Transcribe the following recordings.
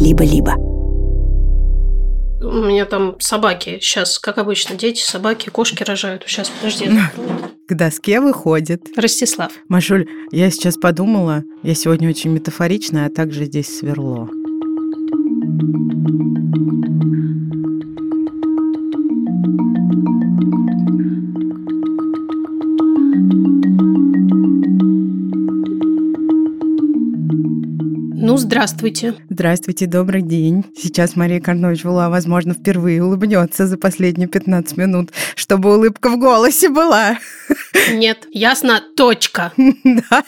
«Либо-либо». У меня там собаки. Сейчас, как обычно, дети, собаки, кошки рожают. Сейчас, подожди. К доске выходит. Ростислав. Машуль, я сейчас подумала, я сегодня очень метафорична, а также здесь сверло. Ну, здравствуйте. Здравствуйте, добрый день. Сейчас Мария Карнович-Вула, возможно, впервые улыбнется за последние 15 минут, чтобы улыбка в голосе была. Нет, ясно, точка. Да.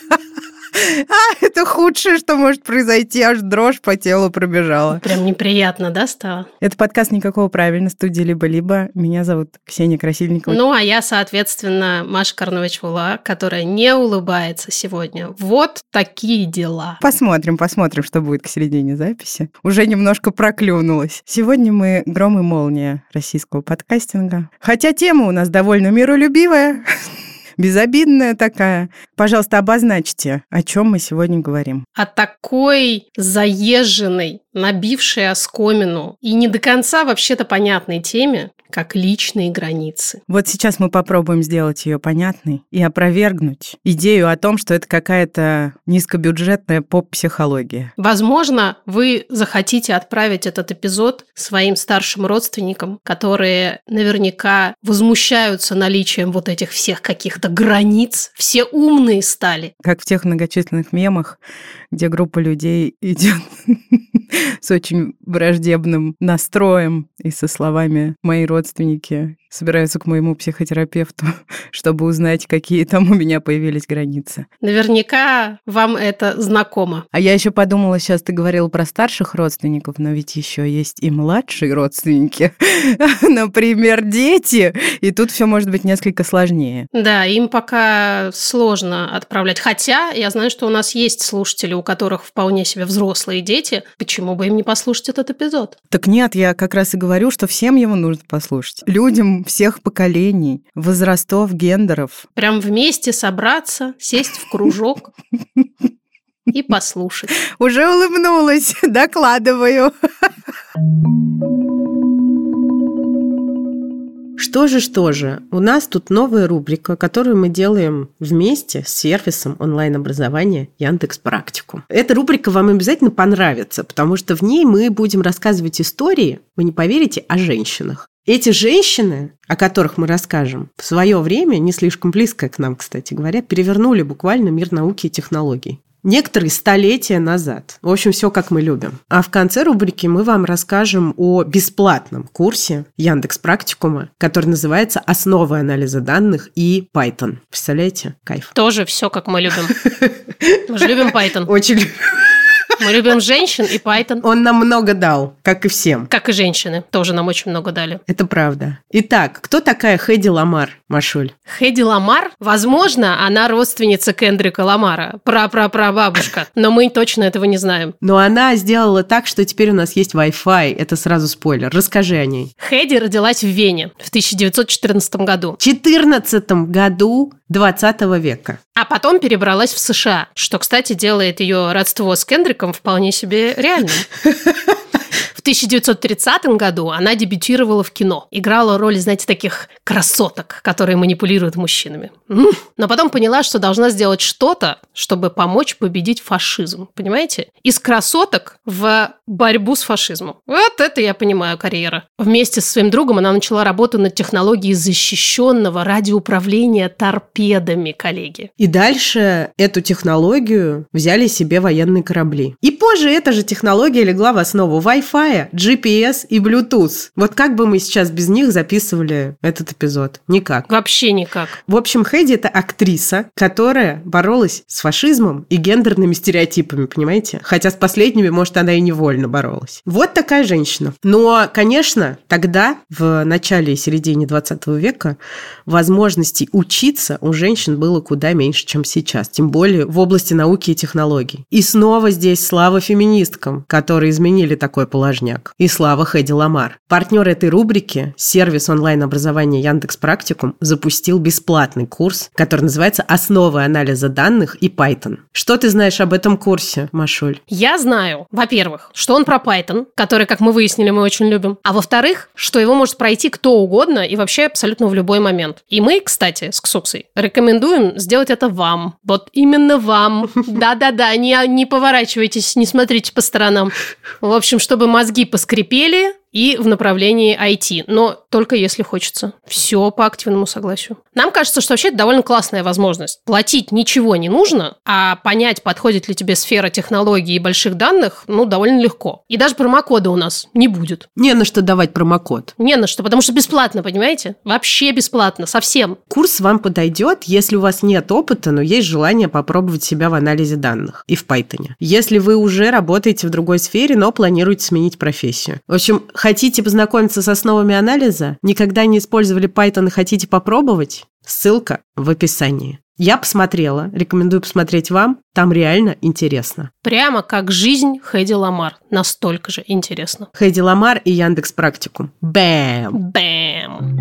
Это худшее, что может произойти, аж дрожь по телу пробежала. Прям неприятно, да, стало? Это подкаст «Никакого правильно», студии «Либо-либо». Меня зовут Ксения Красильникова. Ну, а я, соответственно, Маша Карнович-Вула, которая не улыбается сегодня. Вот такие дела. Посмотрим, что будет к середине записи. Уже немножко проклюнулась. Сегодня мы гром и молния российского подкастинга. Хотя тема у нас довольно миролюбивая. Безобидная такая. Пожалуйста, обозначьте, о чем мы сегодня говорим. О такой заезженной, набившей оскомину и не до конца вообще-то понятной теме, как личные границы. Вот сейчас мы попробуем сделать ее понятной и опровергнуть идею о том, что это какая-то низкобюджетная поп-психология. Возможно, вы захотите отправить этот эпизод своим старшим родственникам, которые наверняка возмущаются наличием вот этих всех каких-то границ. Все умные стали. Как в тех многочисленных мемах, где группа людей идет с очень враждебным настроем и со словами «мои родственники собираются к моему психотерапевту, чтобы узнать, какие там у меня появились границы». Наверняка вам это знакомо. А я еще подумала, сейчас ты говорила про старших родственников, но ведь еще есть и младшие родственники, например, дети, и тут все может быть несколько сложнее. Да, им пока сложно отправлять. Хотя я знаю, что у нас есть слушатели, у которых вполне себе взрослые дети. Почему бы им не послушать этот эпизод? Так нет, я как раз и говорю, что всем его нужно послушать. Людям всех поколений, возрастов, гендеров. Прям вместе собраться, сесть в кружок и послушать. Уже улыбнулась, докладываю. Что же, у нас тут новая рубрика, которую мы делаем вместе с сервисом онлайн-образования Яндекс.Практикум. Эта рубрика вам обязательно понравится, потому что в ней мы будем рассказывать истории, вы не поверите, о женщинах. Эти женщины, о которых мы расскажем, в свое время, не слишком близкое к нам, кстати говоря, перевернули буквально мир науки и технологий. Некоторые столетия назад. В общем, все как мы любим. А в конце рубрики мы вам расскажем о бесплатном курсе Яндекс.Практикума, который называется «Основы анализа данных и Python». Представляете? Кайф. Тоже все как мы любим. Мы же любим Python. Очень любим. Мы любим женщин и Python. Он нам много дал, как и всем. Как и женщины. Тоже нам очень много дали. Это правда. Итак, кто такая Хэдди Ламар, Машуль? Хэдди Ламар? Возможно, она родственница Кендрика Ламара. Прапрапрабабушка. Но мы точно этого не знаем. Но она сделала так, что теперь у нас есть Wi-Fi. Это сразу спойлер. Расскажи о ней. Хэдди родилась в Вене в 1914 году. В 14 году 20 века. А потом перебралась в США, что, кстати, делает ее родство с Кендриком вполне себе реальным. В 1930 году она дебютировала в кино. Играла роль, знаете, таких красоток, которые манипулируют мужчинами. Но потом поняла, что должна сделать что-то, чтобы помочь победить фашизм. Понимаете? Из красоток в борьбу с фашизмом. Вот это я понимаю карьера. Вместе со своим другом она начала работу над технологией защищенного радиоуправления торпедами, коллеги. И дальше эту технологию взяли себе военные корабли. И позже эта же технология легла в основу Wi-Fi, GPS и Bluetooth. Вот как бы мы сейчас без них записывали этот эпизод? Никак. Вообще никак. В общем, Хэдди – это актриса, которая боролась с фашизмом и гендерными стереотипами, понимаете? Хотя с последними, может, она и невольно боролась. Вот такая женщина. Но, конечно, тогда, в начале и середине 20 века, возможностей учиться у женщин было куда меньше, чем сейчас. Тем более в области науки и технологий. И снова здесь слава феминисткам, которые изменили такое положение. Черняк и слава Хэди Ламар. Партнер этой рубрики, сервис онлайн-образования Яндекс.Практикум, запустил бесплатный курс, который называется «Основы анализа данных и Python». Что ты знаешь об этом курсе, Машуль? Я знаю, во-первых, что он про Python, который, как мы выяснили, мы очень любим. А во-вторых, что его может пройти кто угодно и вообще абсолютно в любой момент. И мы, кстати, с Ксуксой рекомендуем сделать это вам. Вот именно вам. Да-да-да, не поворачивайтесь, не смотрите по сторонам. В общем, чтобы мозги поскрипели и в направлении IT, но только если хочется. Все по активному согласию. Нам кажется, что вообще это довольно классная возможность. Платить ничего не нужно, а понять, подходит ли тебе сфера технологий и больших данных, довольно легко. И даже промокода у нас не будет. Не на что давать промокод. Не на что, потому что бесплатно, понимаете? Вообще бесплатно, совсем. Курс вам подойдет, если у вас нет опыта, но есть желание попробовать себя в анализе данных и в Python. Если вы уже работаете в другой сфере, но планируете сменить профессию. В общем, хотите познакомиться с основами анализа? Никогда не использовали Python и хотите попробовать? Ссылка в описании. Я посмотрела, рекомендую посмотреть вам, там реально интересно. Прямо как жизнь Хэди Ламар, настолько же интересно. Хэди Ламар и Яндекс.Практикум. Бэм! Бэм!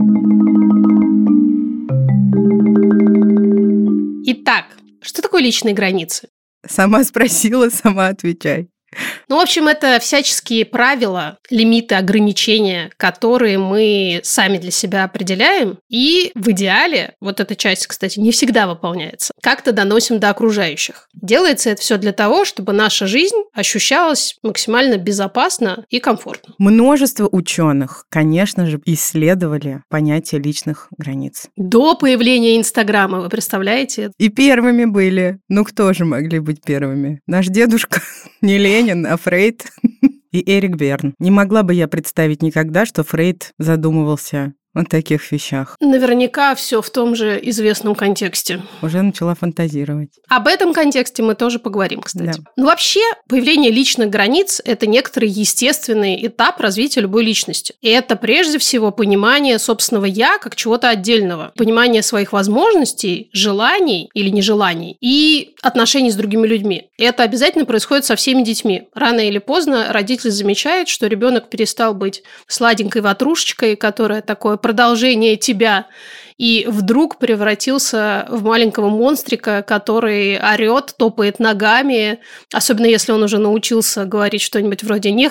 Итак, что такое личные границы? Сама спросила, сама отвечай. В общем, это всяческие правила, лимиты, ограничения, которые мы сами для себя определяем. И в идеале, вот эта часть, кстати, не всегда выполняется, как-то доносим до окружающих. Делается это все для того, чтобы наша жизнь ощущалась максимально безопасно и комфортно. Множество ученых, конечно же, исследовали понятие личных границ. До появления Инстаграма, вы представляете? И первыми были. Кто же могли быть первыми? Наш дедушка не Ленин, а Фрейд и Эрик Берн. Не могла бы я представить никогда, что Фрейд задумывался о таких вещах. Наверняка все в том же известном контексте. Уже начала фантазировать. Об этом контексте мы тоже поговорим, кстати. Да. Вообще, появление личных границ – это некоторый естественный этап развития любой личности. И это прежде всего понимание собственного «я» как чего-то отдельного. Понимание своих возможностей, желаний или нежеланий и отношений с другими людьми. И это обязательно происходит со всеми детьми. Рано или поздно родитель замечает, что ребенок перестал быть сладенькой ватрушечкой, которая такое продолжение тебя, и вдруг превратился в маленького монстрика, который орет, топает ногами, особенно если он уже научился говорить что-нибудь вроде «не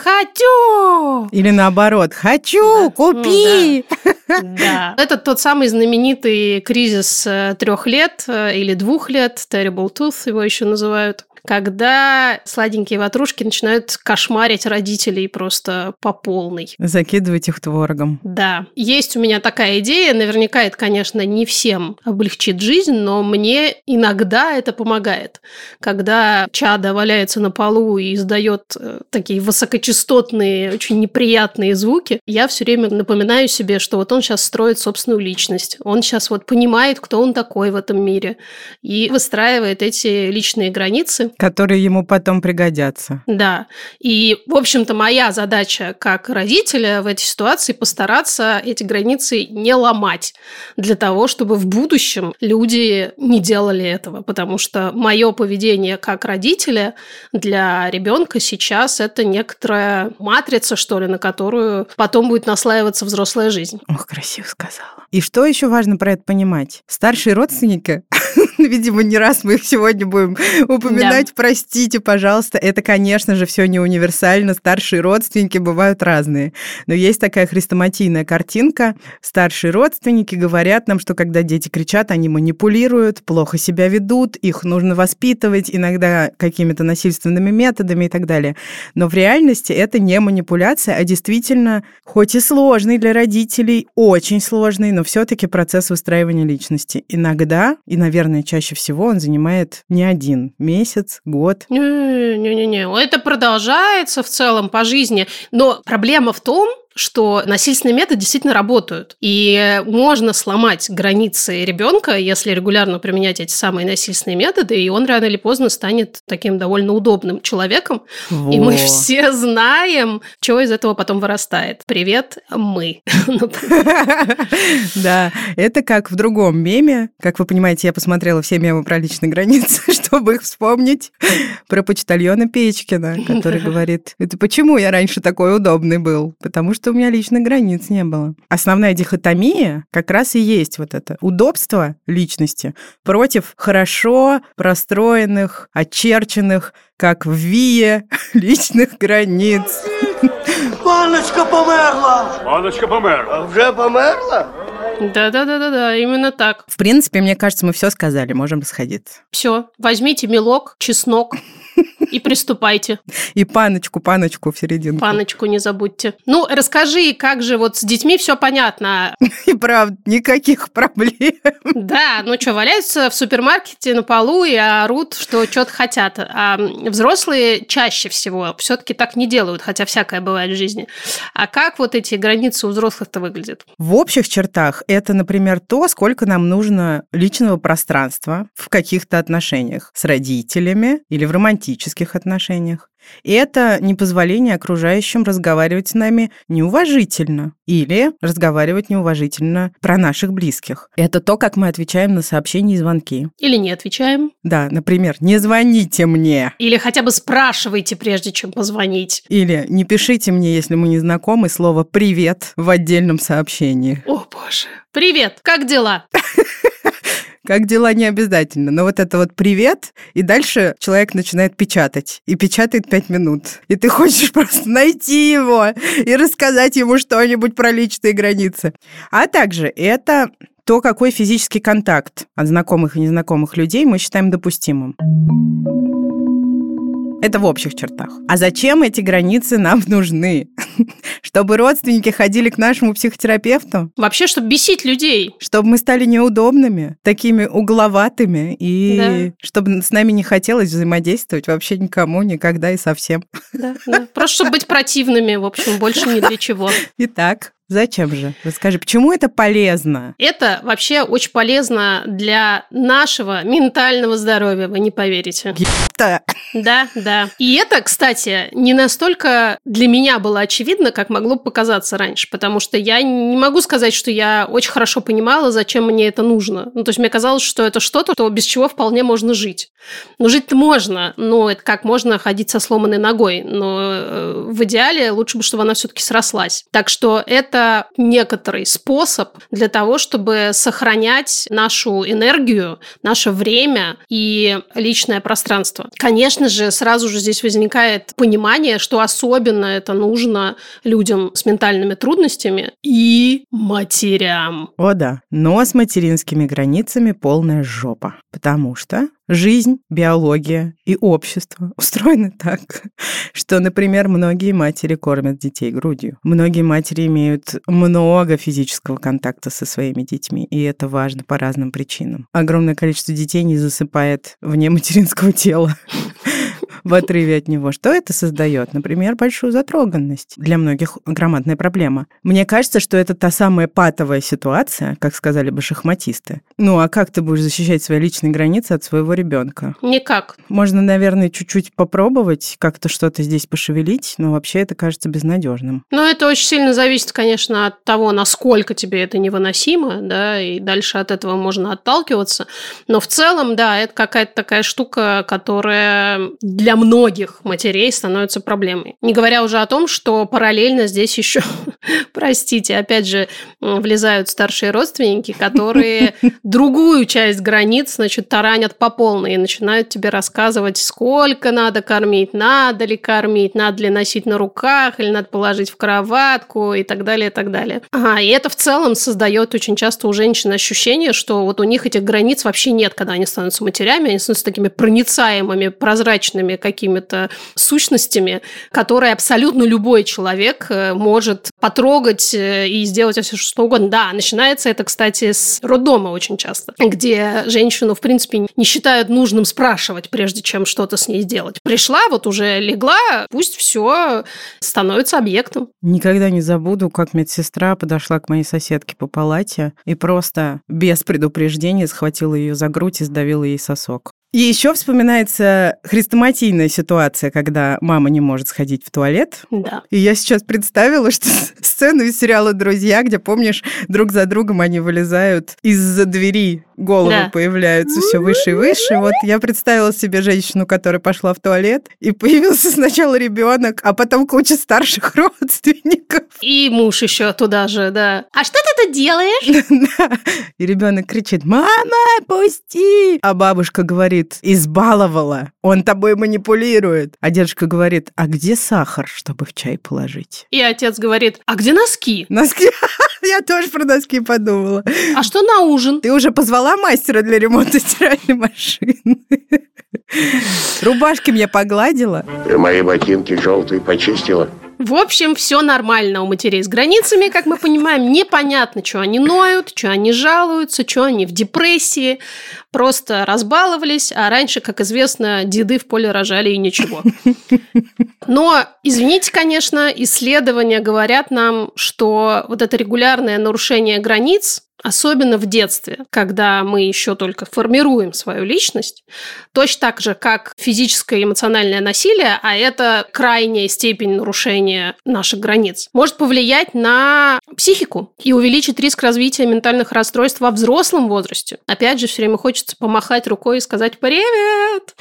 хочу!» Или наоборот «хочу, купи!» Да. Это тот самый знаменитый кризис 3 лет или 2 лет, terrible tooth его еще называют, когда сладенькие ватрушки начинают кошмарить родителей просто по полной. Закидывать их творогом. Да. Есть у меня такая идея, наверняка это, конечно, не всем облегчит жизнь, но мне иногда это помогает. Когда чадо валяется на полу и издает такие высокочастотные, очень неприятные звуки, я все время напоминаю себе, что вот он сейчас строит собственную личность, он сейчас вот понимает, кто он такой в этом мире, и выстраивает эти личные границы. Которые ему потом пригодятся. Да. И, в общем-то, моя задача как родителя в этой ситуации постараться эти границы не ломать для того, чтобы в будущем люди не делали этого. Потому что мое поведение как родителя для ребенка сейчас это некоторая матрица, что ли, на которую потом будет наслаиваться взрослая жизнь. Ох, красиво сказала. И что еще важно про это понимать? Старшие родственники, видимо, не раз мы их сегодня будем упоминать, простите, пожалуйста, это, конечно же, все не универсально, старшие родственники бывают разные. Но есть такая хрестоматийная картинка. Старшие родственники говорят нам, что когда дети кричат, они манипулируют, плохо себя ведут, их нужно воспитывать, иногда какими-то насильственными методами и так далее. Но в реальности это не манипуляция, а действительно, хоть и сложный для родителей, очень сложный, но все-таки процесс выстраивания личности. Иногда, и, наверное, чаще всего он занимает не 1 месяц, год. Не-не-не, это продолжается в целом по жизни. Но проблема в том, что насильственные методы действительно работают. И можно сломать границы ребенка, если регулярно применять эти самые насильственные методы, и он рано или поздно станет таким довольно удобным человеком. И мы все знаем, что из этого потом вырастает. Привет, мы. Да, это как в другом меме. Как вы понимаете, я посмотрела все мемы про личные границы, чтобы их вспомнить. Про почтальона Печкина, который говорит: это почему я раньше такой удобный был? Потому что у меня личных границ не было. Основная дихотомия как раз и есть вот это удобство личности против хорошо простроенных, очерченных, как в Вие, личных границ. Паночка померла! Паночка померла! Уже померла? Да, именно так. В принципе, мне кажется, мы все сказали, можем расходиться. Все, возьмите мелок, чеснок и приступайте. И паночку в серединку. Паночку не забудьте. Ну, расскажи, как же вот с детьми все понятно. И правда, никаких проблем. Да, ну что, валяются в супермаркете на полу и орут, что что-то хотят. А взрослые чаще всего все-таки так не делают, хотя всякое бывает в жизни. А как вот эти границы у взрослых-то выглядят? В общих чертах это, например, то, сколько нам нужно личного пространства в каких-то отношениях с родителями или в романтических отношениях. И это непозволение окружающим разговаривать с нами неуважительно или разговаривать неуважительно про наших близких. Это то, как мы отвечаем на сообщения и звонки. Или не отвечаем. Да, например, не звоните мне. Или хотя бы спрашивайте, прежде чем позвонить. Или не пишите мне, если мы не знакомы, слово «привет» в отдельном сообщении. О, боже. Привет, как дела? Как дела не обязательно, но вот это вот «привет», и дальше человек начинает печатать, и печатает 5 минут. И ты хочешь просто найти его и рассказать ему что-нибудь про личные границы. А также это то, какой физический контакт от знакомых и незнакомых людей мы считаем допустимым. Это в общих чертах. А зачем эти границы нам нужны? Чтобы родственники ходили к нашему психотерапевту? Вообще, чтобы бесить людей. Чтобы мы стали неудобными, такими угловатыми, и чтобы с нами не хотелось взаимодействовать вообще никому, никогда и совсем. Да. Просто чтобы быть противными, в общем, больше ни для чего. Итак, зачем же? Расскажи, почему это полезно? Это вообще очень полезно для нашего ментального здоровья, вы не поверите. Да. И это, кстати, не настолько для меня было очевидно, как могло бы показаться раньше, потому что я не могу сказать, что я очень хорошо понимала, зачем мне это нужно. Ну, то есть мне казалось, что это что-то, без чего вполне можно жить. Ну, жить-то можно, но это как можно ходить со сломанной ногой, но в идеале лучше бы, чтобы она все-таки срослась. Так что это некоторый способ для того, чтобы сохранять нашу энергию, наше время и личное пространство. Конечно же, сразу же здесь возникает понимание, что особенно это нужно людям с ментальными трудностями и матерям. О да, но с материнскими границами полная жопа, потому что жизнь, биология и общество устроены так, что, например, многие матери кормят детей грудью. Многие матери имеют много физического контакта со своими детьми, и это важно по разным причинам. Огромное количество детей не засыпает вне материнского тела в отрыве от него. Что это создает? Например, большую затроганность. Для многих громадная проблема. Мне кажется, что это та самая патовая ситуация, как сказали бы шахматисты. Ну, а как ты будешь защищать свои личные границы от своего ребенка? Никак. Можно, наверное, чуть-чуть попробовать как-то что-то здесь пошевелить, но вообще это кажется безнадежным. Ну, это очень сильно зависит, конечно, от того, насколько тебе это невыносимо, да, и дальше от этого можно отталкиваться. Но в целом, да, это какая-то такая штука, которая для многих матерей становится проблемой. Не говоря уже о том, что параллельно здесь еще, простите, опять же, влезают старшие родственники, которые другую часть границ, значит, таранят по полной и начинают тебе рассказывать, сколько надо кормить, надо ли носить на руках, или надо положить в кроватку и так далее, и так далее. И это в целом создает очень часто у женщин ощущение, что вот у них этих границ вообще нет, когда они становятся матерями, они становятся такими проницаемыми, прозрачными какими-то сущностями, которые абсолютно любой человек может потрогать и сделать все, что угодно. Да, начинается это, кстати, с роддома очень часто, где женщину, в принципе, не считают нужным спрашивать, прежде чем что-то с ней сделать. Пришла, вот уже легла, пусть все становится объектом. Никогда не забуду, как медсестра подошла к моей соседке по палате и просто без предупреждения схватила ее за грудь и сдавила ей сосок. И еще вспоминается хрестоматийная ситуация, когда мама не может сходить в туалет. Да. И я сейчас представила, что сцену из сериала «Друзья», где, помнишь, друг за другом они вылезают из-за двери, головы появляются все выше и выше. Вот я представила себе женщину, которая пошла в туалет, и появился сначала ребенок, а потом куча старших родственников. И муж еще туда же, да. А что ты тут делаешь? И ребенок кричит: «Мама, пусти!» А бабушка говорит: «Избаловала, он тобой манипулирует». А дедушка говорит: «А где сахар, чтобы в чай положить?» И отец говорит: «А где носки?» Носки? Я тоже про носки подумала. А что на ужин? Ты уже позвала мастера для ремонта стиральной машины? Рубашки мне погладила. Мои ботинки желтые почистила. В общем, все нормально у матерей с границами, как мы понимаем. Непонятно, что они ноют, что они жалуются, что они в депрессии. Просто разбаловались, а раньше, как известно, деды в поле рожали и ничего. Но, извините, конечно, исследования говорят нам, что вот это регулярное нарушение границ, особенно в детстве, когда мы еще только формируем свою личность, точно так же, как физическое и эмоциональное насилие, а это крайняя степень нарушения наших границ, может повлиять на психику и увеличить риск развития ментальных расстройств во взрослом возрасте. Опять же, все время хочется помахать рукой и сказать «Привет!».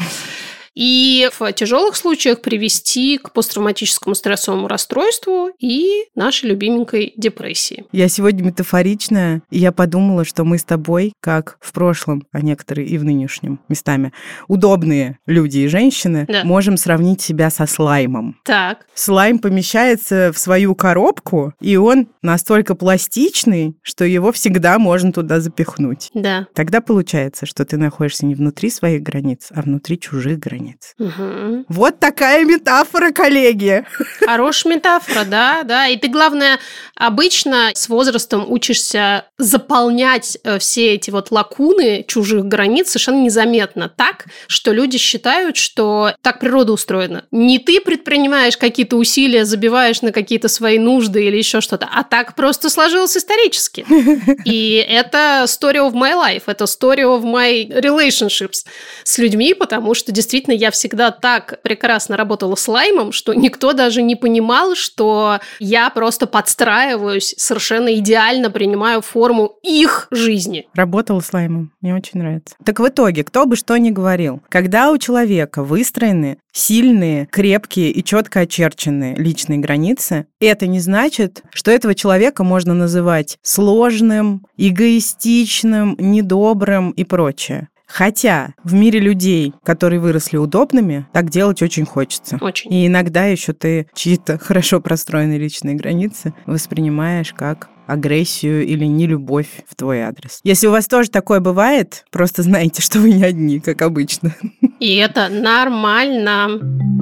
И в тяжелых случаях привести к посттравматическому стрессовому расстройству и нашей любименькой депрессии. Я сегодня метафоричная, и я подумала, что мы с тобой, как в прошлом, а некоторые и в нынешнем местами, удобные люди и женщины, можем сравнить себя со слаймом. Так. Слайм помещается в свою коробку, и он настолько пластичный, что его всегда можно туда запихнуть. Да. Тогда получается, что ты находишься не внутри своих границ, а внутри чужих границ. Угу. Вот такая метафора, коллеги. Хорошая метафора, да. И ты, главное, обычно с возрастом учишься заполнять все эти вот лакуны чужих границ совершенно незаметно. Так, что люди считают, что так природа устроена. Не ты предпринимаешь какие-то усилия, забиваешь на какие-то свои нужды или еще что-то, а так просто сложилось исторически. И это story of my life, это story of my relationships с людьми, потому что действительно я всегда так прекрасно работала с лаймом, что никто даже не понимал, что я просто подстраиваюсь, совершенно идеально принимаю форму их жизни. Работала с лаймом, мне очень нравится. Так в итоге, кто бы что ни говорил, когда у человека выстроены сильные, крепкие и четко очерченные личные границы, это не значит, что этого человека можно называть сложным, эгоистичным, недобрым и прочее. Хотя в мире людей, которые выросли удобными, так делать очень хочется. Очень. И иногда еще ты чьи-то хорошо простроенные личные границы воспринимаешь как агрессию или нелюбовь в твой адрес. Если у вас тоже такое бывает, просто знайте, что вы не одни, как обычно. И это нормально.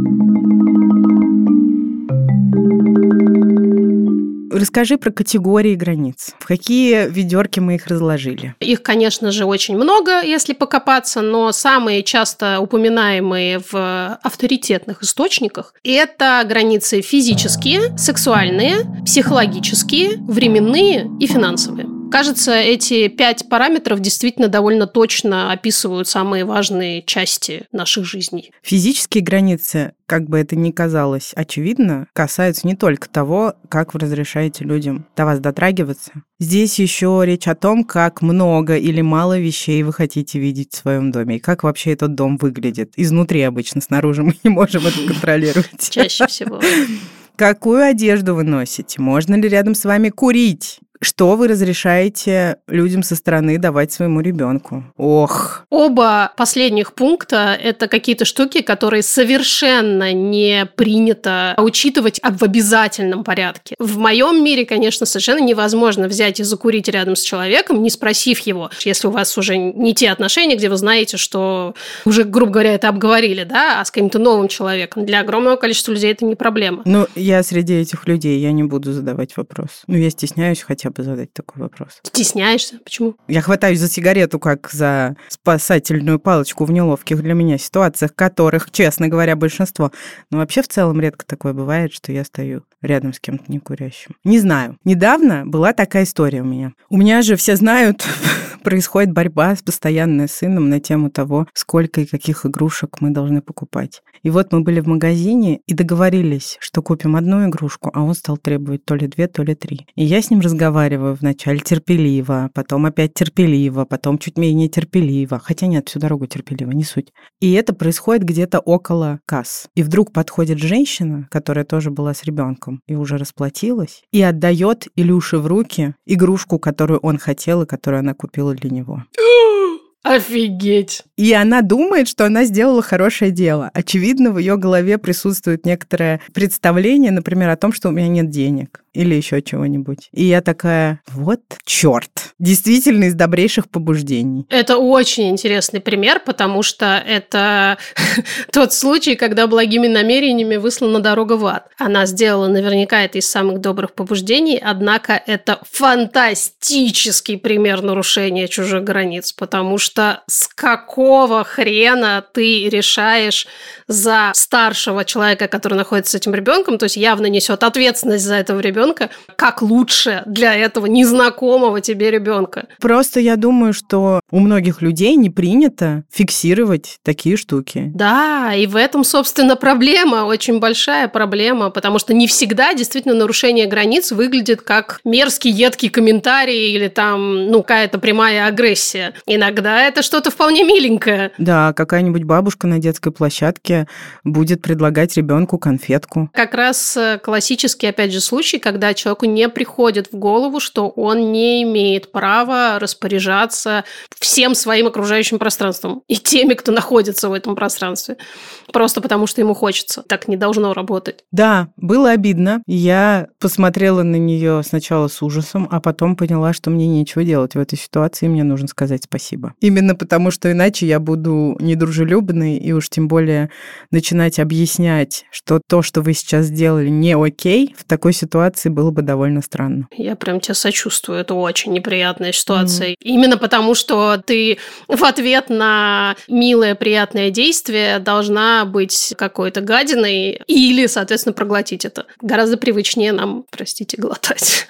Расскажи про категории границ. В какие ведерки мы их разложили? Их, конечно же, очень много, если покопаться, но самые часто упоминаемые в авторитетных источниках – это границы физические, сексуальные, психологические, временные и финансовые. Кажется, эти 5 параметров действительно довольно точно описывают самые важные части наших жизней. Физические границы, как бы это ни казалось очевидно, касаются не только того, как вы разрешаете людям до вас дотрагиваться. Здесь еще речь о том, как много или мало вещей вы хотите видеть в своем доме, и как вообще этот дом выглядит. Изнутри обычно, снаружи мы не можем это контролировать. Чаще всего. Какую одежду вы носите? Можно ли рядом с вами курить? Что вы разрешаете людям со стороны давать своему ребенку? Ох. Оба последних пункта – это какие-то штуки, которые совершенно не принято учитывать в обязательном порядке. В моем мире, конечно, совершенно невозможно взять и закурить рядом с человеком, не спросив его, если у вас уже не те отношения, где вы знаете, что уже, грубо говоря, это обговорили, да, а с каким-то новым человеком. Для огромного количества людей это не проблема. Ну, я среди этих людей, я не буду задавать вопрос. Ну, я стесняюсь хотя бы задать такой вопрос. Стесняешься? Почему? Я хватаюсь за сигарету, как за спасательную палочку в неловких для меня ситуациях, которых, честно говоря, большинство. Но вообще в целом редко такое бывает, что я стою рядом с кем-то некурящим. Не знаю. Недавно была такая история у меня. У меня же, все знают, происходит борьба постоянная с сыном на тему того, сколько и каких игрушек мы должны покупать. И вот мы были в магазине и договорились, что купим одну игрушку, а он стал требовать то ли 2, то ли 3. И я с ним разговариваю вначале терпеливо, потом опять терпеливо, потом чуть менее терпеливо. Хотя нет, всю дорогу терпеливо, не суть. И это происходит где-то около касс. И вдруг подходит женщина, которая тоже была с ребенком и уже расплатилась, и отдает Илюше в руки игрушку, которую он хотел и которую она купила для него. Офигеть! И она думает, что она сделала хорошее дело. Очевидно, в ее голове присутствует некоторое представление, например, о том, что у меня нет денег или еще чего-нибудь. И я такая, вот черт. Действительно из добрейших побуждений. Это очень интересный пример, потому что это тот случай, когда благими намерениями выслана дорога в ад. Она сделала наверняка это из самых добрых побуждений, однако это фантастический пример нарушения чужих границ, потому что с какого хрена ты решаешь за старшего человека, который находится с этим ребенком, то есть явно несет ответственность за этого ребенка, как лучше для этого незнакомого тебе ребенка. Просто я думаю, что у многих людей не принято фиксировать такие штуки. Да, и в этом, собственно, проблема, очень большая проблема, потому что не всегда действительно нарушение границ выглядит как мерзкий, едкий комментарий или там, какая-то прямая агрессия. Иногда это что-то вполне миленькое. Да, какая-нибудь бабушка на детской площадке будет предлагать ребенку конфетку. Как раз классический, опять же, случай, когда человеку не приходит в голову, что он не имеет права распоряжаться всем своим окружающим пространством и теми, кто находится в этом пространстве. Просто потому, что ему хочется. Так не должно работать. Да, было обидно. Я посмотрела на нее сначала с ужасом, а потом поняла, что мне нечего делать в этой ситуации, и мне нужно сказать спасибо. Именно потому, что иначе я буду недружелюбной и уж тем более начинать объяснять, что то, что вы сейчас сделали, не окей, в такой ситуации было бы довольно странно. Я прям тебя сочувствую. Это очень неприятная ситуация. Именно потому, что ты в ответ на милое, приятное действие должна быть какой-то гадиной или, соответственно, проглотить это. Гораздо привычнее нам, простите, глотать.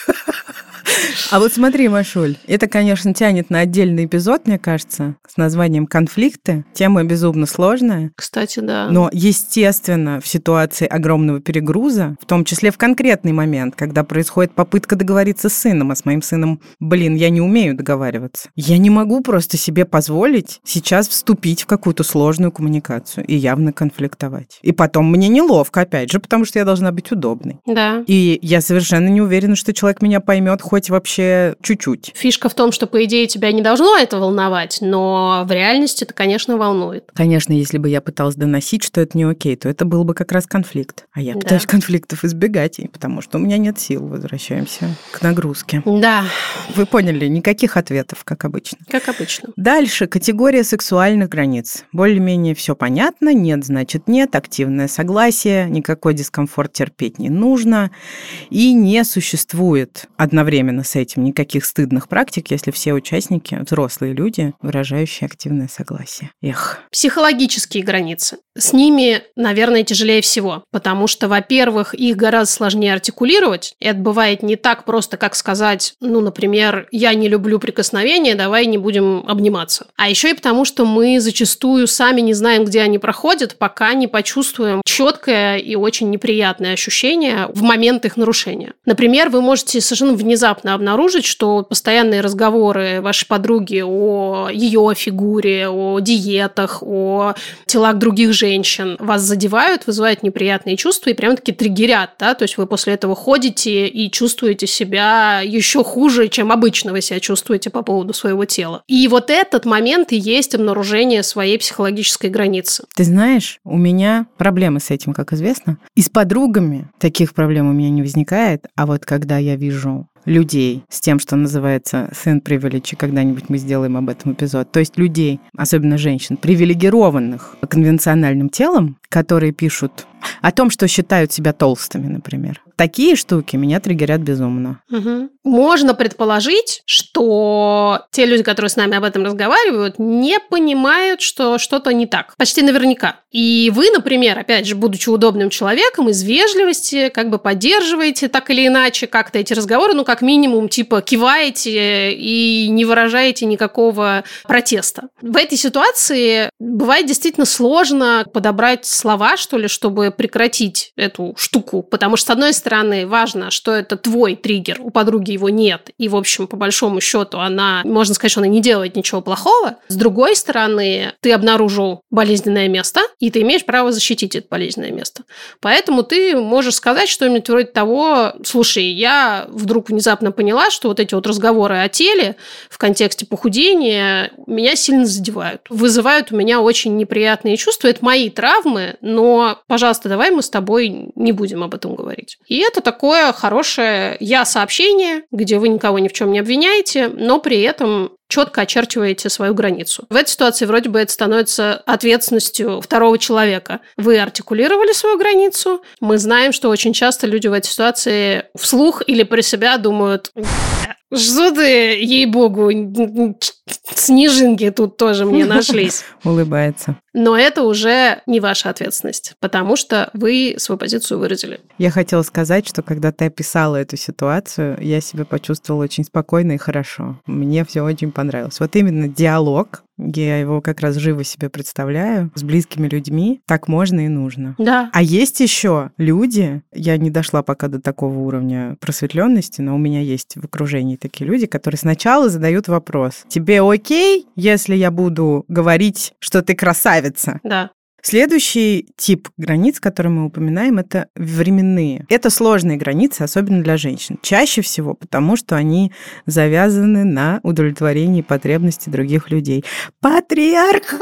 А вот смотри, Машуль, это, конечно, тянет на отдельный эпизод, мне кажется, с названием «Конфликты». Тема безумно сложная. Кстати, да. Но, естественно, в ситуации огромного перегруза, в том числе в конкретный момент, когда происходит попытка договориться с сыном, а с моим сыном, я не умею договариваться. Я не могу просто себе позволить сейчас вступить в какую-то сложную коммуникацию и явно конфликтовать. И потом мне неловко, опять же, потому что я должна быть удобной. Да. И я совершенно не уверена, что человек меня поймет хоть вообще чуть-чуть. Фишка в том, что, по идее, тебя не должно это волновать, но в реальности это, конечно, волнует. Конечно, если бы я пыталась доносить, что это не окей, то это был бы как раз конфликт. А я пытаюсь конфликтов избегать, потому что у меня нет сил. Возвращаемся к нагрузке. Да. Вы поняли, никаких ответов, как обычно. Как обычно. Дальше категория сексуальных границ. Более-менее все понятно. Нет, значит нет. Активное согласие. Никакой дискомфорт терпеть не нужно. И не существует одновременно с этим никаких стыдных практик, если все участники взрослые люди, выражающие активное согласие. Эх. Психологические границы. С ними, наверное, тяжелее всего, потому что, во-первых, их гораздо сложнее артикулировать. Это бывает не так просто, как сказать, например, я не люблю прикосновения, давай не будем обниматься. А еще и потому, что мы зачастую сами не знаем, где они проходят, пока не почувствуем четкое и очень неприятное ощущение в момент их нарушения. Например, вы можете совершенно внезапно внезапно обнаружить, что постоянные разговоры вашей подруги о ее фигуре, о диетах, о телах других женщин вас задевают, вызывают неприятные чувства и прям-таки триггерят, да, то есть вы после этого ходите и чувствуете себя еще хуже, чем обычно вы себя чувствуете по поводу своего тела. И вот этот момент и есть обнаружение своей психологической границы. Ты знаешь, у меня проблемы с этим, как известно. И с подругами таких проблем у меня не возникает, а вот когда я вижу людей с тем, что называется thin privilege, когда-нибудь мы сделаем об этом эпизод, то есть людей, особенно женщин, привилегированных конвенциональным телом, которые пишут о том, что считают себя толстыми, например. Такие штуки меня триггерят безумно. Угу. Можно предположить, что те люди, которые с нами об этом разговаривают, не понимают, что что-то не так. Почти наверняка. И вы, например, опять же, будучи удобным человеком, из вежливости как бы поддерживаете так или иначе как-то эти разговоры, ну, как минимум, типа, киваете и не выражаете никакого протеста. В этой ситуации бывает действительно сложно подобрать слова, что ли, чтобы прекратить эту штуку. Потому что, с одной стороны, важно, что это твой триггер, у подруги его нет. И, в общем, по большому счету, она, можно сказать, что она не делает ничего плохого. С другой стороны, ты обнаружил болезненное место, и ты имеешь право защитить это болезненное место. Поэтому ты можешь сказать что-нибудь вроде того: слушай, я вдруг внезапно поняла, что вот эти вот разговоры о теле в контексте похудения меня сильно задевают. Вызывают у меня очень неприятные чувства. Это мои травмы, но, пожалуйста, давай мы с тобой не будем об этом говорить. И это такое хорошее я-сообщение, где вы никого ни в чем не обвиняете, но при этом четко очерчиваете свою границу. В этой ситуации вроде бы это становится ответственностью второго человека. Вы артикулировали свою границу. Мы знаем, что очень часто люди в этой ситуации вслух или про себя думают: что ты, ей-богу, снежинки тут тоже мне нашлись. Улыбается. Но это уже не ваша ответственность, потому что вы свою позицию выразили. Я хотела сказать, что когда ты описала эту ситуацию, я себя почувствовала очень спокойно и хорошо. Мне все очень понравилось. Вот именно диалог, я его как раз живо себе представляю, с близкими людьми, так можно и нужно. Да. А есть еще люди, я не дошла пока до такого уровня просветленности, но у меня есть в окружении такие люди, которые сначала задают вопрос: тебе окей, если я буду говорить, что ты красавица? Да. Следующий тип границ, который мы упоминаем, это временные. Это сложные границы, особенно для женщин. Чаще всего потому, что они завязаны на удовлетворении потребностей других людей. Патриархат!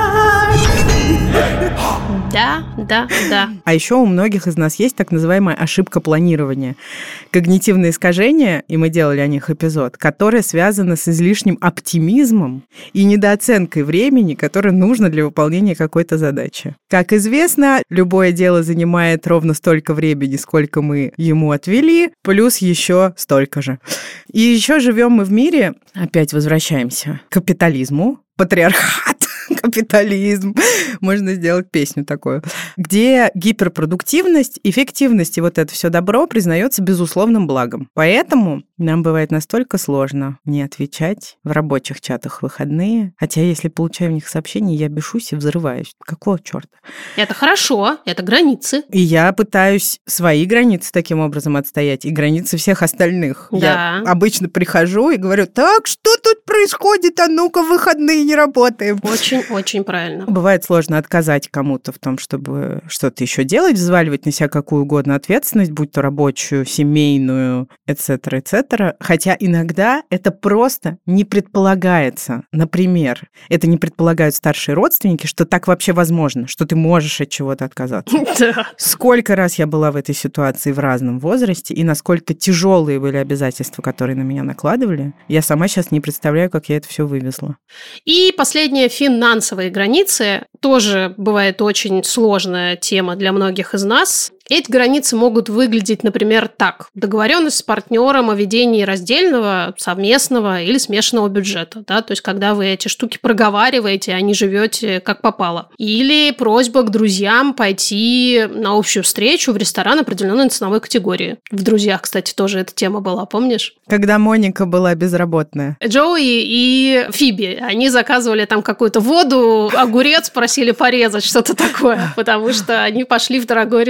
Да. А еще у многих из нас есть так называемая ошибка планирования. Когнитивные искажения, и мы делали о них эпизод, которые связаны с излишним оптимизмом и недооценкой времени, которое нужно для выполнения какой-то задачи. Как известно, любое дело занимает ровно столько времени, сколько мы ему отвели, плюс еще столько же. И еще живем мы в мире, опять возвращаемся к капитализму, патриархат, капитализм. Можно сделать песню такую, где гиперпродуктивность, эффективность и вот это все добро признается безусловным благом. Поэтому нам бывает настолько сложно не отвечать в рабочих чатах в выходные. Хотя если получаю в них сообщения, я бешусь и взрываюсь. Какого черта? Это хорошо, это границы. И я пытаюсь свои границы таким образом отстоять, и границы всех остальных. Да. Я обычно прихожу и говорю: так, что тут происходит? А ну-ка, в выходные не работаем. Очень правильно. Бывает сложно отказать кому-то в том, чтобы что-то еще делать, взваливать на себя какую угодно ответственность, будь то рабочую, семейную, etc., etc. Хотя иногда это просто не предполагается. Например, это не предполагают старшие родственники, что так вообще возможно, что ты можешь от чего-то отказаться. Да. Сколько раз я была в этой ситуации в разном возрасте, и насколько тяжелые были обязательства, которые на меня накладывали, я сама сейчас не представляю, как я это все вывезла. И последнее, финансовые границы. Тоже бывает очень сложная тема для многих из нас. Эти границы могут выглядеть, например, так. Договоренность с партнером о ведении раздельного, совместного или смешанного бюджета. Да? То есть, когда вы эти штуки проговариваете, а не живете как попало. Или просьба к друзьям пойти на общую встречу в ресторан определенной ценовой категории. В «Друзьях», кстати, тоже эта тема была, помнишь? Когда Моника была безработная. Джоуи и Фиби, они заказывали там какую-то воду, огурец просили порезать, что-то такое, потому что они пошли в дорогой ресторан.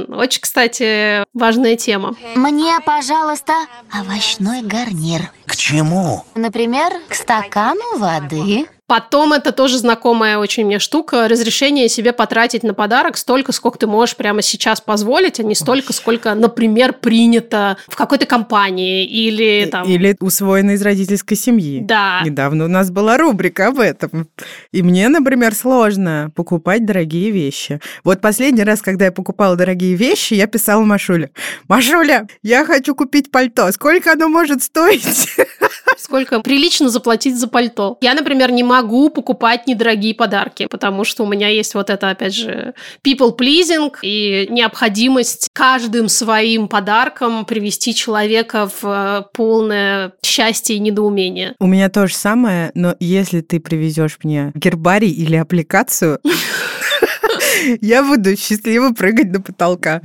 Ужин. Очень, кстати, важная тема. Мне, пожалуйста, овощной гарнир. К чему? Например, к стакану воды. Потом это тоже знакомая очень мне штука. Разрешение себе потратить на подарок столько, сколько ты можешь прямо сейчас позволить, а не столько, сколько, например, принято в какой-то компании или там... Или усвоено из родительской семьи. Да. Недавно у нас была рубрика об этом. И мне, например, сложно покупать дорогие вещи. Вот последний раз, когда я покупала дорогие вещи, я писала Машуле: «Машуля, я хочу купить пальто. Сколько оно может стоить?» Сколько прилично заплатить за пальто. Я, например, не могу покупать недорогие подарки, потому что у меня есть вот это, опять же, people pleasing и необходимость каждым своим подарком привести человека в полное счастье и недоумение. У меня то же самое, но если ты привезешь мне гербарий или аппликацию, я буду счастливо прыгать до потолка.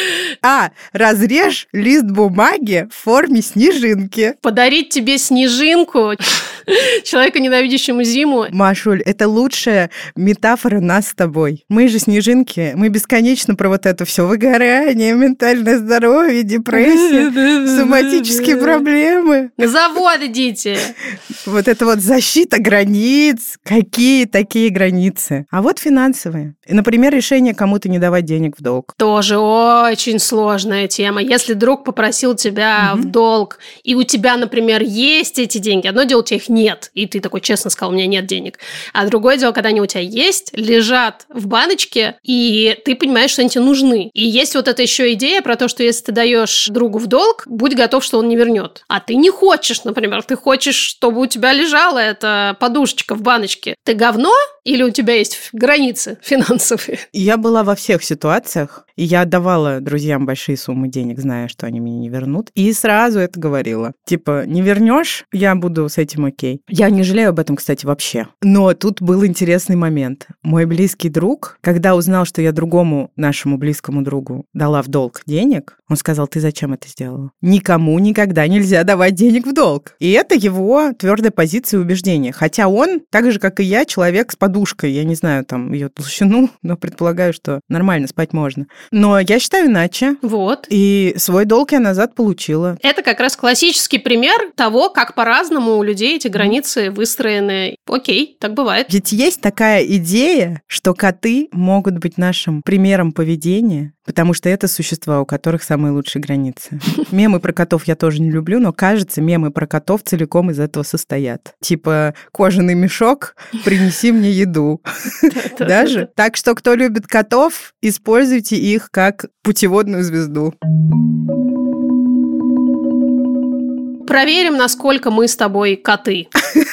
Разрежь лист бумаги в форме снежинки. Подарить тебе снежинку, человеку, ненавидящему зиму. Машуль, это лучшая метафора нас с тобой. Мы же снежинки, мы бесконечно про вот это все выгорание, ментальное здоровье, депрессия, соматические проблемы. На завод идите. Вот это вот защита границ. Какие такие границы? А вот финансовые. Например, решение кому-то не давать денег в долг. Тоже очень сложная тема. Если друг попросил тебя в долг, и у тебя, например, есть эти деньги, одно дело, у тебя их нет, и ты такой честно сказал: у меня нет денег. А другое дело, когда они у тебя есть, лежат в баночке, и ты понимаешь, что они тебе нужны. И есть вот эта еще идея про то, что если ты даешь другу в долг, будь готов, что он не вернет. А ты не хочешь, например, ты хочешь, чтобы у тебя лежала эта подушечка в баночке. Ты говно или у тебя есть границы финансовые? Я была во всех ситуациях, и я отдавала друзьям большие суммы денег, зная, что они мне не вернут, и сразу это говорила. Типа, не вернешь, я буду с этим окей. Я не жалею об этом, кстати, вообще. Но тут был интересный момент. Мой близкий друг, когда узнал, что я другому нашему близкому другу дала в долг денег, он сказал: ты зачем это сделала? Никому никогда нельзя давать денег в долг. И это его твердая позиция и убеждение. Хотя он, так же, как и я, человек с подушкой. Я не знаю там ее толщину, но предполагаю, что нормально спать можно. Но я считаю иначе. Вот. И свой долг я назад получила. Это как раз классический пример того, как по-разному у людей эти границы выстроены. Окей, так бывает. Ведь есть такая идея, что коты могут быть нашим примером поведения, потому что это существа, у которых самые лучшие границы. Мемы про котов я тоже не люблю, но, кажется, мемы про котов целиком из этого состоят. Типа: кожаный мешок, принеси мне еду. Даже. Так что, кто любит котов, используйте их как путеводную звезду. Проверим, насколько мы с тобой коты.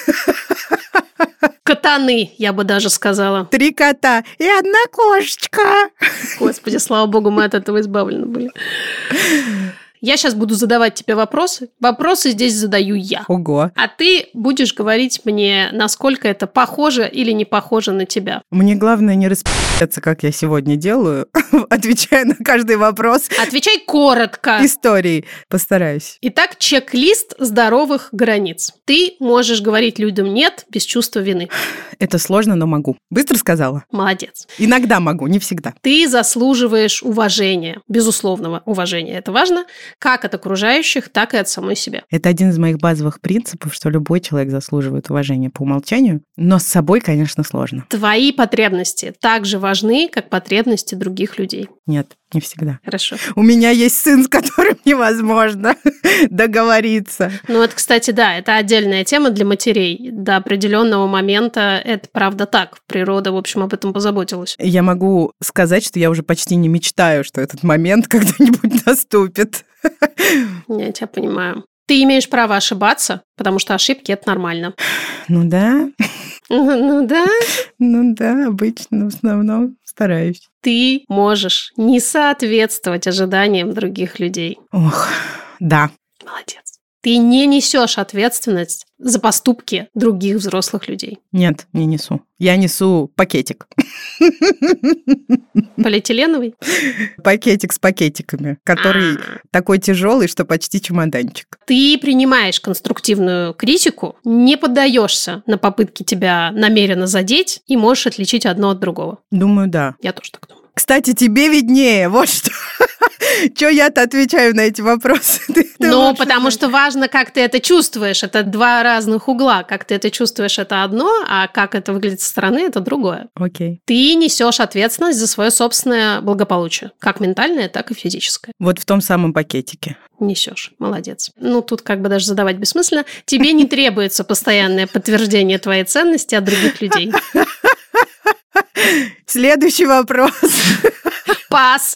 Котаны, я бы даже сказала. 3 кота и 1 кошечка. Господи, слава богу, мы от этого избавлены были. Я сейчас буду задавать тебе вопросы. Вопросы здесь задаю я. Ого. А ты будешь говорить мне, насколько это похоже или не похоже на тебя. Мне главное не распи***ться, как я сегодня делаю, отвечая на каждый вопрос. Отвечай коротко. Истории. Постараюсь. Итак, чек-лист здоровых границ. Ты можешь говорить людям «нет» без чувства вины. Это сложно, но могу. Быстро сказала? Молодец. Иногда могу, не всегда. Ты заслуживаешь уважения, безусловного уважения. Это важно, как от окружающих, так и от самой себя. Это один из моих базовых принципов, что любой человек заслуживает уважения по умолчанию, но с собой, конечно, сложно. Твои потребности так же важны, как потребности других людей. Нет, не всегда. Хорошо. У меня есть сын, с которым невозможно договориться. Ну, это, кстати, да, это отдельная тема для матерей. До определенного момента это правда так. Природа, в общем, об этом позаботилась. Я могу сказать, что я уже почти не мечтаю, что этот момент когда-нибудь наступит. Я тебя понимаю. Ты имеешь право ошибаться, потому что ошибки – это нормально. Ну да. Ну да. Ну да, обычно, в основном стараюсь. Ты можешь не соответствовать ожиданиям других людей. Ох, да. Молодец. Ты не несешь ответственность за поступки других взрослых людей. Нет, не несу. Я несу пакетик. Полиэтиленовый? Пакетик с пакетиками, который такой тяжелый, что почти чемоданчик. Ты принимаешь конструктивную критику, не поддаешься на попытки тебя намеренно задеть и можешь отличить одно от другого. Думаю, да. Я тоже так думаю. Кстати, тебе виднее, вот что. Чё я-то отвечаю на эти вопросы? Ну, потому что важно, как ты это чувствуешь. Это два разных угла. Как ты это чувствуешь, это одно, а как это выглядит со стороны, это другое. Окей. Ты несешь ответственность за свое собственное благополучие. Как ментальное, так и физическое. Вот в том самом пакетике. Несешь. Молодец. Ну, тут как бы даже задавать бессмысленно. Тебе не требуется постоянное подтверждение твоей ценности от других людей. Следующий вопрос. Пас.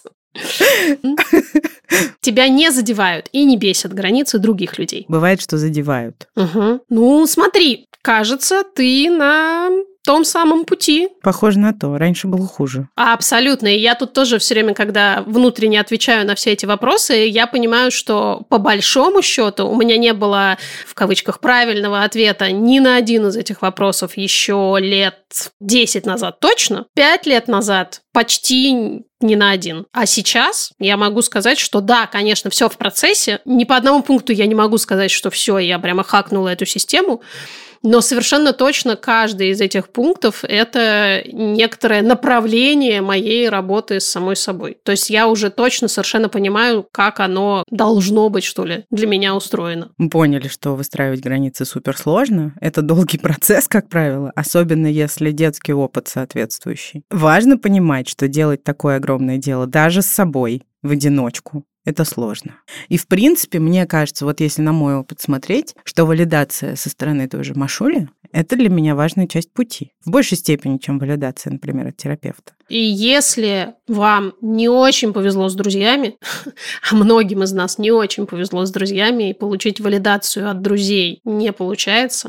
Тебя не задевают и не бесят границы других людей. Бывает, что задевают. Угу. Ну, смотри, кажется, ты на том самом пути. Похоже на то. Раньше было хуже. Абсолютно. И я тут тоже все время, когда внутренне отвечаю на все эти вопросы, я понимаю, что по большому счету у меня не было, в кавычках, правильного ответа ни на один из этих вопросов еще лет 10 назад точно. 5 лет назад почти ни на один. А сейчас я могу сказать, что да, конечно, все в процессе. Ни по одному пункту я не могу сказать, что все, я прямо хакнула эту систему. Но совершенно точно каждый из этих пунктов – это некоторое направление моей работы с самой собой. То есть я уже точно совершенно понимаю, как оно должно быть, что ли, для меня устроено. Мы поняли, что выстраивать границы суперсложно. Это долгий процесс, как правило, особенно если детский опыт соответствующий. Важно понимать, что делать такое огромное дело даже с собой в одиночку – это сложно. И, в принципе, мне кажется, вот если на мой опыт смотреть, что валидация со стороны той же Машули – это для меня важная часть пути. В большей степени, чем валидация, например, от терапевта. И если вам не очень повезло с друзьями, а многим из нас не очень повезло с друзьями, и получить валидацию от друзей не получается,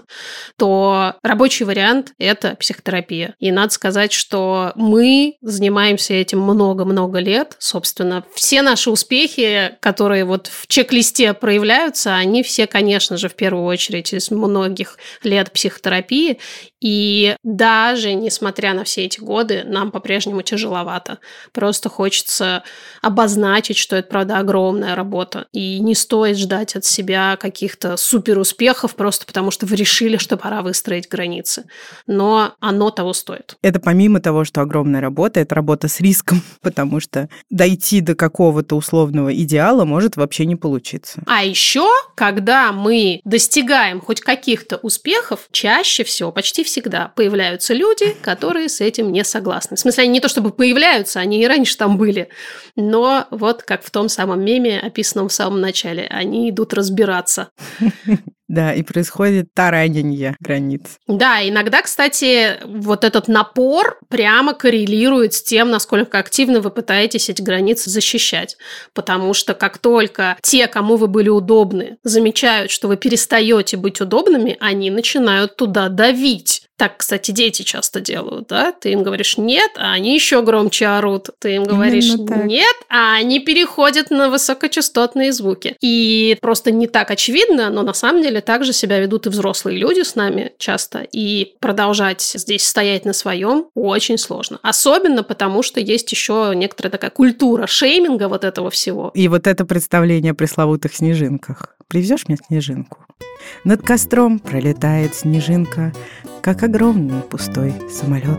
то рабочий вариант – это психотерапия. И надо сказать, что мы занимаемся этим много-много лет. Собственно, все наши успехи, которые вот в чек-листе проявляются, они все, конечно же, в первую очередь из многих лет психотерапии. И даже несмотря на все эти годы, нам по-прежнему тяжеловато. Просто хочется обозначить, что это, правда, огромная работа. И не стоит ждать от себя каких-то суперуспехов просто потому, что вы решили, что пора выстроить границы. Но оно того стоит. Это помимо того, что огромная работа, это работа с риском, потому что дойти до какого-то условного идеала может вообще не получиться. А еще, когда мы достигаем хоть каких-то успехов, чаще всего, почти всегда появляются люди, которые с этим не согласны. В смысле, они не то чтобы появляются, они и раньше там были, но вот как в том самом меме, описанном в самом начале, они идут разбираться. Да, и происходит таранье границ. Да, иногда, кстати, вот этот напор прямо коррелирует с тем, насколько активно вы пытаетесь эти границы защищать. Потому что как только те, кому вы были удобны, замечают, что вы перестаете быть удобными, они начинают туда давить. Так, кстати, дети часто делают, да? Ты им говоришь «нет», а они еще громче орут. Ты им говоришь «нет», а они переходят на высокочастотные звуки. И просто не так очевидно, но на самом деле так же себя ведут и взрослые люди с нами часто. И продолжать здесь стоять на своем очень сложно. Особенно потому, что есть еще некоторая такая культура шейминга вот этого всего. И вот это представление о пресловутых снежинках. Привезешь мне снежинку? Над костром пролетает снежинка, как огромный пустой самолет.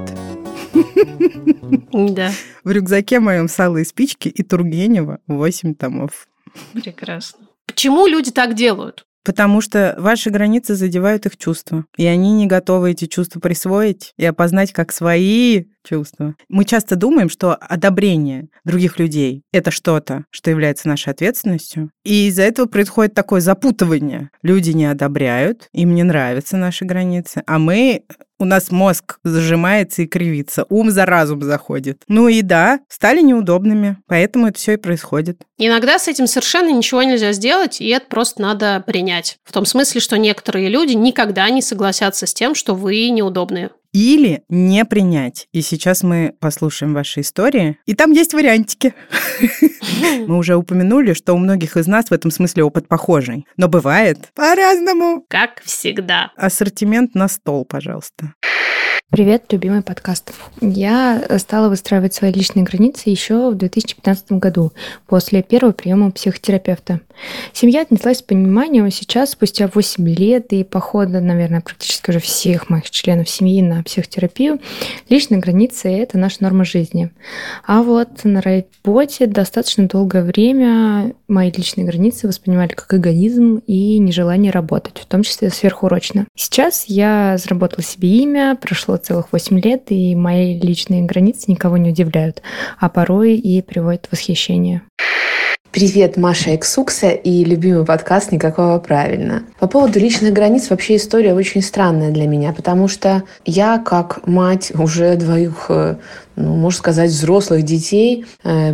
Да. В рюкзаке моем сало и спички и Тургенева 8 томов. Прекрасно. Почему люди так делают? Потому что ваши границы задевают их чувства, и они не готовы эти чувства присвоить и опознать как свои чувства. Мы часто думаем, что одобрение других людей – это что-то, что является нашей ответственностью, и из-за этого происходит такое запутывание. Люди не одобряют, им не нравятся наши границы, а у нас мозг зажимается и кривится, ум за разум заходит. Ну и да, стали неудобными, поэтому это все и происходит. Иногда с этим совершенно ничего нельзя сделать, и это просто надо принять. В том смысле, что некоторые люди никогда не согласятся с тем, что вы неудобные. Или не принять. И сейчас мы послушаем ваши истории. И там есть вариантики. Мы уже упомянули, что у многих из нас в этом смысле опыт похожий. Но бывает по-разному. Как всегда. Ассортимент на стол, пожалуйста. Привет, любимый подкаст. Я стала выстраивать свои личные границы еще в 2015 году, после первого приема психотерапевта. Семья отнеслась с пониманием, сейчас, спустя 8 лет и похода, наверное, практически уже всех моих членов семьи на психотерапию, личные границы — это наша норма жизни. А вот на работе достаточно долгое время мои личные границы воспринимали как эгоизм и нежелание работать, в том числе сверхурочно. Сейчас я заработала себе имя, прошло целых 8 лет, и мои личные границы никого не удивляют, а порой и приводят в восхищение. Привет, Маша Эксукса и любимый подкаст «Никакого правильно». По поводу личных границ вообще история очень странная для меня, потому что я, как мать уже двоих, можно сказать, взрослых детей,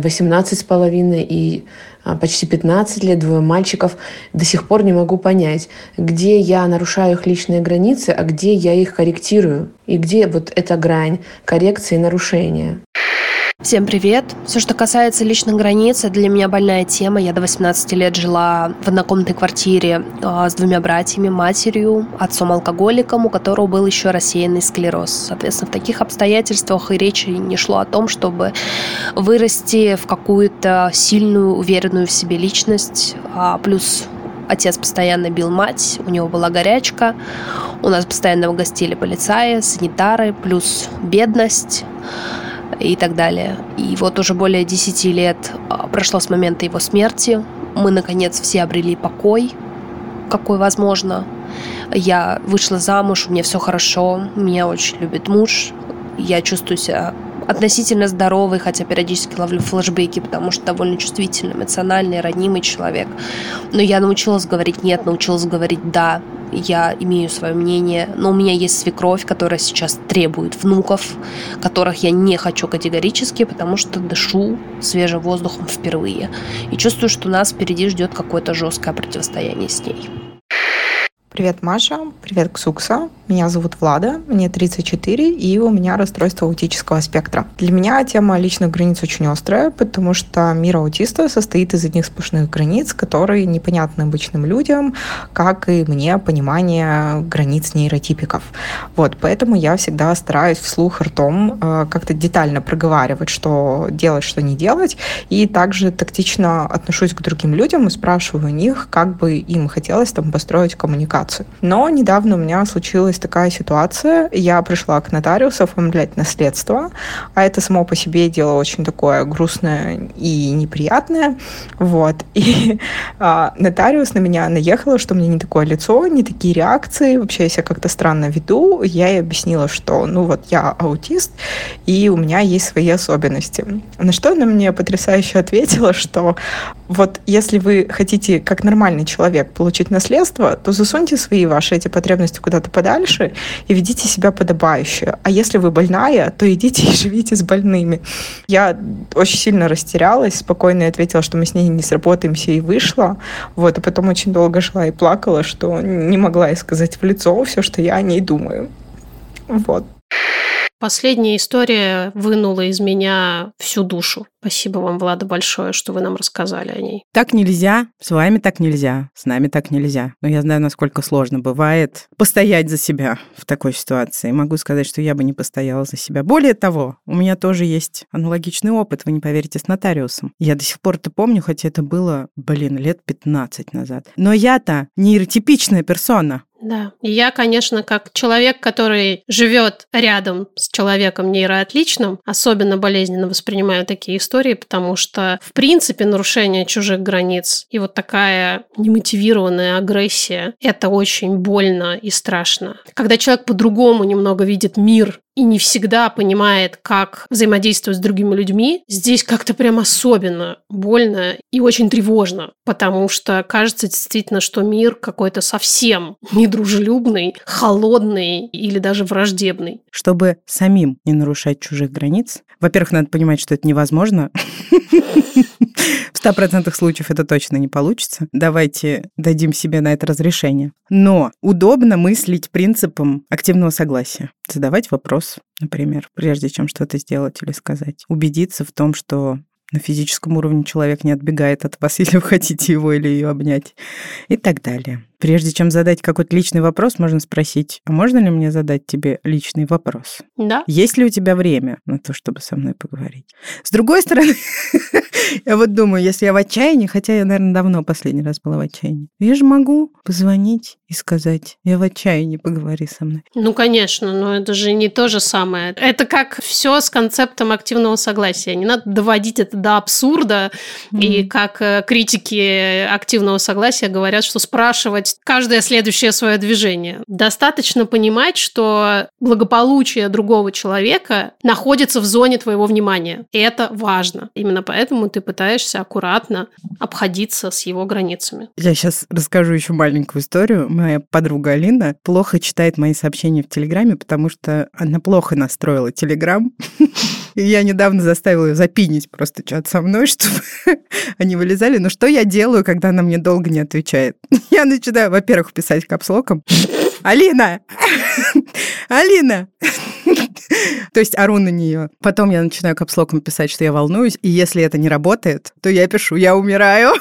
18,5 и почти 15 лет, 2 мальчиков, до сих пор не могу понять, где я нарушаю их личные границы, а где я их корректирую, и где вот эта грань коррекции и нарушения. Всем привет! Все, что касается личных границ, это для меня больная тема. Я до 18 лет жила в однокомнатной квартире с 2 братьями, матерью, отцом-алкоголиком, у которого был еще рассеянный склероз. Соответственно, в таких обстоятельствах и речи не шло о том, чтобы вырасти в какую-то сильную, уверенную в себе личность. Плюс отец постоянно бил мать, у него была горячка, у нас постоянно гостили полицаи, санитары, плюс бедность и так далее. И вот уже более 10 лет прошло с момента его смерти. Мы, наконец, все обрели покой, какой возможно. Я вышла замуж, у меня все хорошо, меня очень любит муж. Я чувствую себя относительно здоровой, хотя периодически ловлю флешбеки, потому что довольно чувствительный, эмоциональный, ранимый человек. Но я научилась говорить «нет», научилась говорить «да». Я имею свое мнение, но у меня есть свекровь, которая сейчас требует внуков, которых я не хочу категорически, потому что дышу свежим воздухом впервые. И чувствую, что нас впереди ждет какое-то жесткое противостояние с ней. Привет, Маша. Привет, Ксукса. Меня зовут Влада, мне 34, и у меня расстройство аутического спектра. Для меня тема личных границ очень острая, потому что мир аутиста состоит из одних сплошных границ, которые непонятны обычным людям, как и мне понимание границ нейротипиков. Вот, поэтому я всегда стараюсь вслух ртом как-то детально проговаривать, что делать, что не делать, и также тактично отношусь к другим людям и спрашиваю у них, как бы им хотелось там построить коммуникацию. Но недавно у меня случилась такая ситуация. Я пришла к нотариусу оформлять наследство, а это само по себе дело очень такое грустное и неприятное. Вот. И нотариус на меня наехала, что у меня не такое лицо, не такие реакции, вообще я себя как-то странно веду. Я ей объяснила, что я аутист, и у меня есть свои особенности. На что она мне потрясающе ответила, что вот если вы хотите как нормальный человек получить наследство, то засуньте свои ваши эти потребности куда-то подальше и ведите себя подобающе. А если вы больная, то идите и живите с больными. Я очень сильно растерялась, спокойно ответила, что мы с ней не сработаемся, и вышла. Вот, а потом очень долго шла и плакала, что не могла ей сказать в лицо все, что я о ней думаю. Вот. Последняя история вынула из меня всю душу. Спасибо вам, Влада, большое, что вы нам рассказали о ней. Так нельзя, с вами так нельзя, с нами так нельзя. Но я знаю, насколько сложно бывает постоять за себя в такой ситуации. Могу сказать, что я бы не постояла за себя. Более того, у меня тоже есть аналогичный опыт, вы не поверите, с нотариусом. Я до сих пор это помню, хотя это было, лет 15 назад. Но я-то нейротипичная персона. Да. И я, конечно, как человек, который живет рядом с человеком нейроотличным, особенно болезненно воспринимаю такие истории, потому что, в принципе, нарушение чужих границ и вот такая немотивированная агрессия – это очень больно и страшно. Когда человек по-другому немного видит мир и не всегда понимает, как взаимодействовать с другими людьми, здесь как-то прям особенно больно и очень тревожно, потому что кажется действительно, что мир какой-то совсем недружелюбный, холодный или даже враждебный. Чтобы самим не нарушать чужих границ, во-первых, надо понимать, что это невозможно. В 100% случаев это точно не получится. Давайте дадим себе на это разрешение. Но удобно мыслить принципом активного согласия. Задавать вопрос, например, прежде чем что-то сделать или сказать. Убедиться в том, что на физическом уровне человек не отбегает от вас, если вы хотите его или ее обнять. И так далее. Прежде чем задать какой-то личный вопрос, можно спросить, а можно ли мне задать тебе личный вопрос? Да. Есть ли у тебя время на то, чтобы со мной поговорить? С другой стороны, я вот думаю, если я в отчаянии, хотя я, наверное, давно последний раз была в отчаянии, я же могу позвонить и сказать, я в отчаянии, поговори со мной. Ну, конечно, но это же не то же самое. Это как все с концептом активного согласия. Не надо доводить это до абсурда. И как критики активного согласия говорят, что спрашивать каждое следующее свое движение. Достаточно понимать, что благополучие другого человека находится в зоне твоего внимания. И это важно. Именно поэтому ты пытаешься аккуратно обходиться с его границами. Я сейчас расскажу еще маленькую историю. Моя подруга Алина плохо читает мои сообщения в Телеграме, потому что она плохо настроила Телеграм. И я недавно заставила ее запинить просто чат со мной, чтобы они вылезали. Но что я делаю, когда она мне долго не отвечает? Я начинаю, во-первых, писать капслоком. Алина! Алина! То есть ору на нее. Потом я начинаю капслоком писать, что я волнуюсь. И если это не работает, то я пишу, я умираю.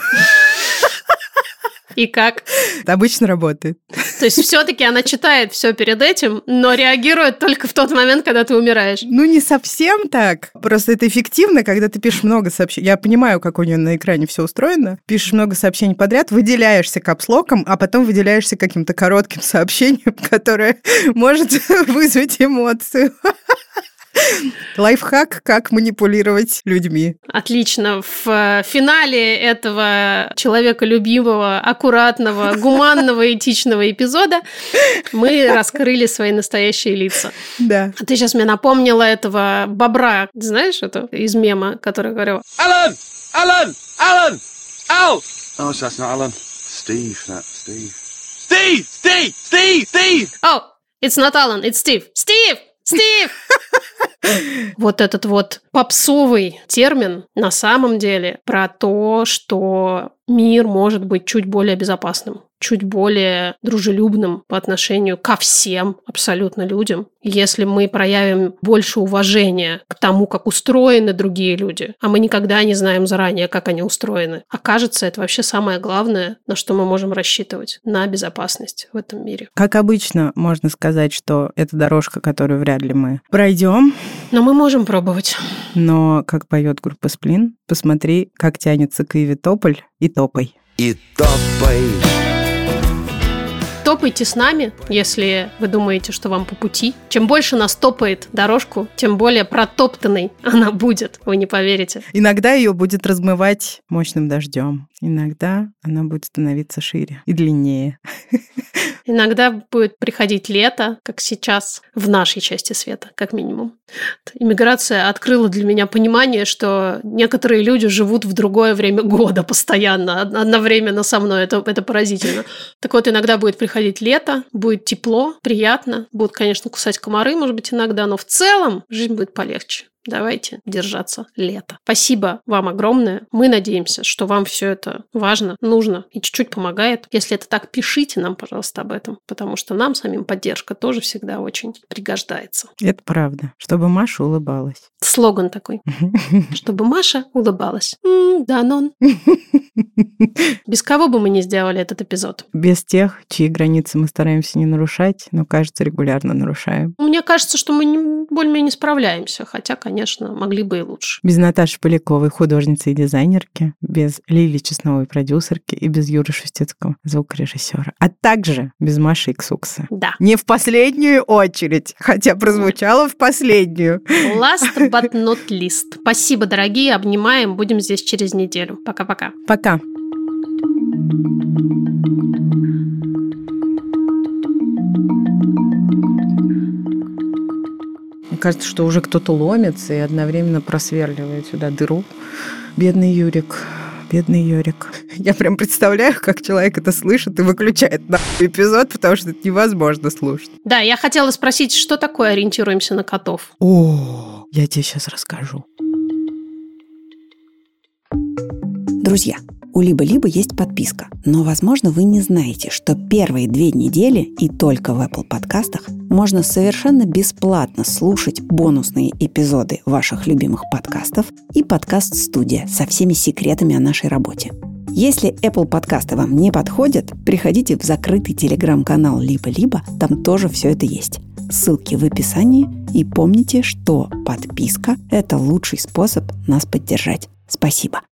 И как? Обычно работает. То есть все-таки она читает все перед этим, но реагирует только в тот момент, когда ты умираешь. Ну, не совсем так. Просто это эффективно, когда ты пишешь много сообщений. Я понимаю, как у нее на экране все устроено. Пишешь много сообщений подряд, выделяешься капслоком, а потом выделяешься каким-то коротким сообщением, которое может вызвать эмоцию. Лайфхак, как манипулировать людьми. Отлично. В финале этого человеколюбивого, аккуратного, гуманного, этичного эпизода мы раскрыли свои настоящие лица. Да. А ты сейчас мне напомнила этого бобра, знаешь, это из мема, который говорил: Alan! Alan! Alan! Al! Oh, so that's not Alan. Steve, that's Steve. Steve! Steve! Steve! Steve! Oh, it's not Alan, it's Steve. Steve! Стив! Вот этот вот попсовый термин на самом деле про то, что мир может быть чуть более безопасным, чуть более дружелюбным по отношению ко всем абсолютно людям. Если мы проявим больше уважения к тому, как устроены другие люди, а мы никогда не знаем заранее, как они устроены, окажется, это вообще самое главное, на что мы можем рассчитывать, на безопасность в этом мире. Как обычно, можно сказать, что это дорожка, которую вряд ли мы пройдем. Но мы можем пробовать. Но, как поет группа Сплин, посмотри, как тянется к Иве тополь, и топай. И топай. Топайте с нами, если вы думаете, что вам по пути. Чем больше нас топает дорожку, тем более протоптанной она будет, вы не поверите. Иногда ее будет размывать мощным дождем. Иногда она будет становиться шире и длиннее. Иногда будет приходить лето, как сейчас, в нашей части света, как минимум. Иммиграция открыла для меня понимание, что некоторые люди живут в другое время года постоянно, одновременно со мной. Это поразительно. Так вот, иногда будет приходить лето, будет тепло, приятно. Будут, конечно, кусать комары, может быть, иногда, но в целом жизнь будет полегче. Давайте держаться лета. Спасибо вам огромное. Мы надеемся, что вам все это важно, нужно и чуть-чуть помогает. Если это так, пишите нам, пожалуйста, об этом, потому что нам самим поддержка тоже всегда очень пригождается. Это правда. Чтобы Маша улыбалась. Слоган такой. Чтобы Маша улыбалась. Данон. Без кого бы мы не сделали этот эпизод? Без тех, чьи границы мы стараемся не нарушать, но, кажется, регулярно нарушаем. Мне кажется, что мы более-менее справляемся, хотя, конечно, могли бы и лучше. Без Наташи Поляковой, художницы и дизайнерки, без Лили Чесновой, продюсерки, и без Юры Шустецкого, звукорежиссера. А также без Маши Иксукса. Да. Не в последнюю очередь, хотя прозвучало в последнюю. Last but not least. Спасибо, дорогие, обнимаем, будем здесь через неделю. Пока-пока. Пока. Мне кажется, что уже кто-то ломится и одновременно просверливает сюда дыру. Бедный Юрик. Бедный Юрик. Я прям представляю, как человек это слышит и выключает нахуй эпизод, потому что это невозможно слушать. Да, я хотела спросить, что такое «Ориентируемся на котов»? О, я тебе сейчас расскажу. Друзья, у Либо-Либо есть подписка, но, возможно, вы не знаете, что первые 2 недели и только в Apple подкастах можно совершенно бесплатно слушать бонусные эпизоды ваших любимых подкастов и подкаст-студия со всеми секретами о нашей работе. Если Apple подкасты вам не подходят, приходите в закрытый телеграм-канал «Либо-либо», там тоже все это есть. Ссылки в описании. И помните, что подписка – это лучший способ нас поддержать. Спасибо.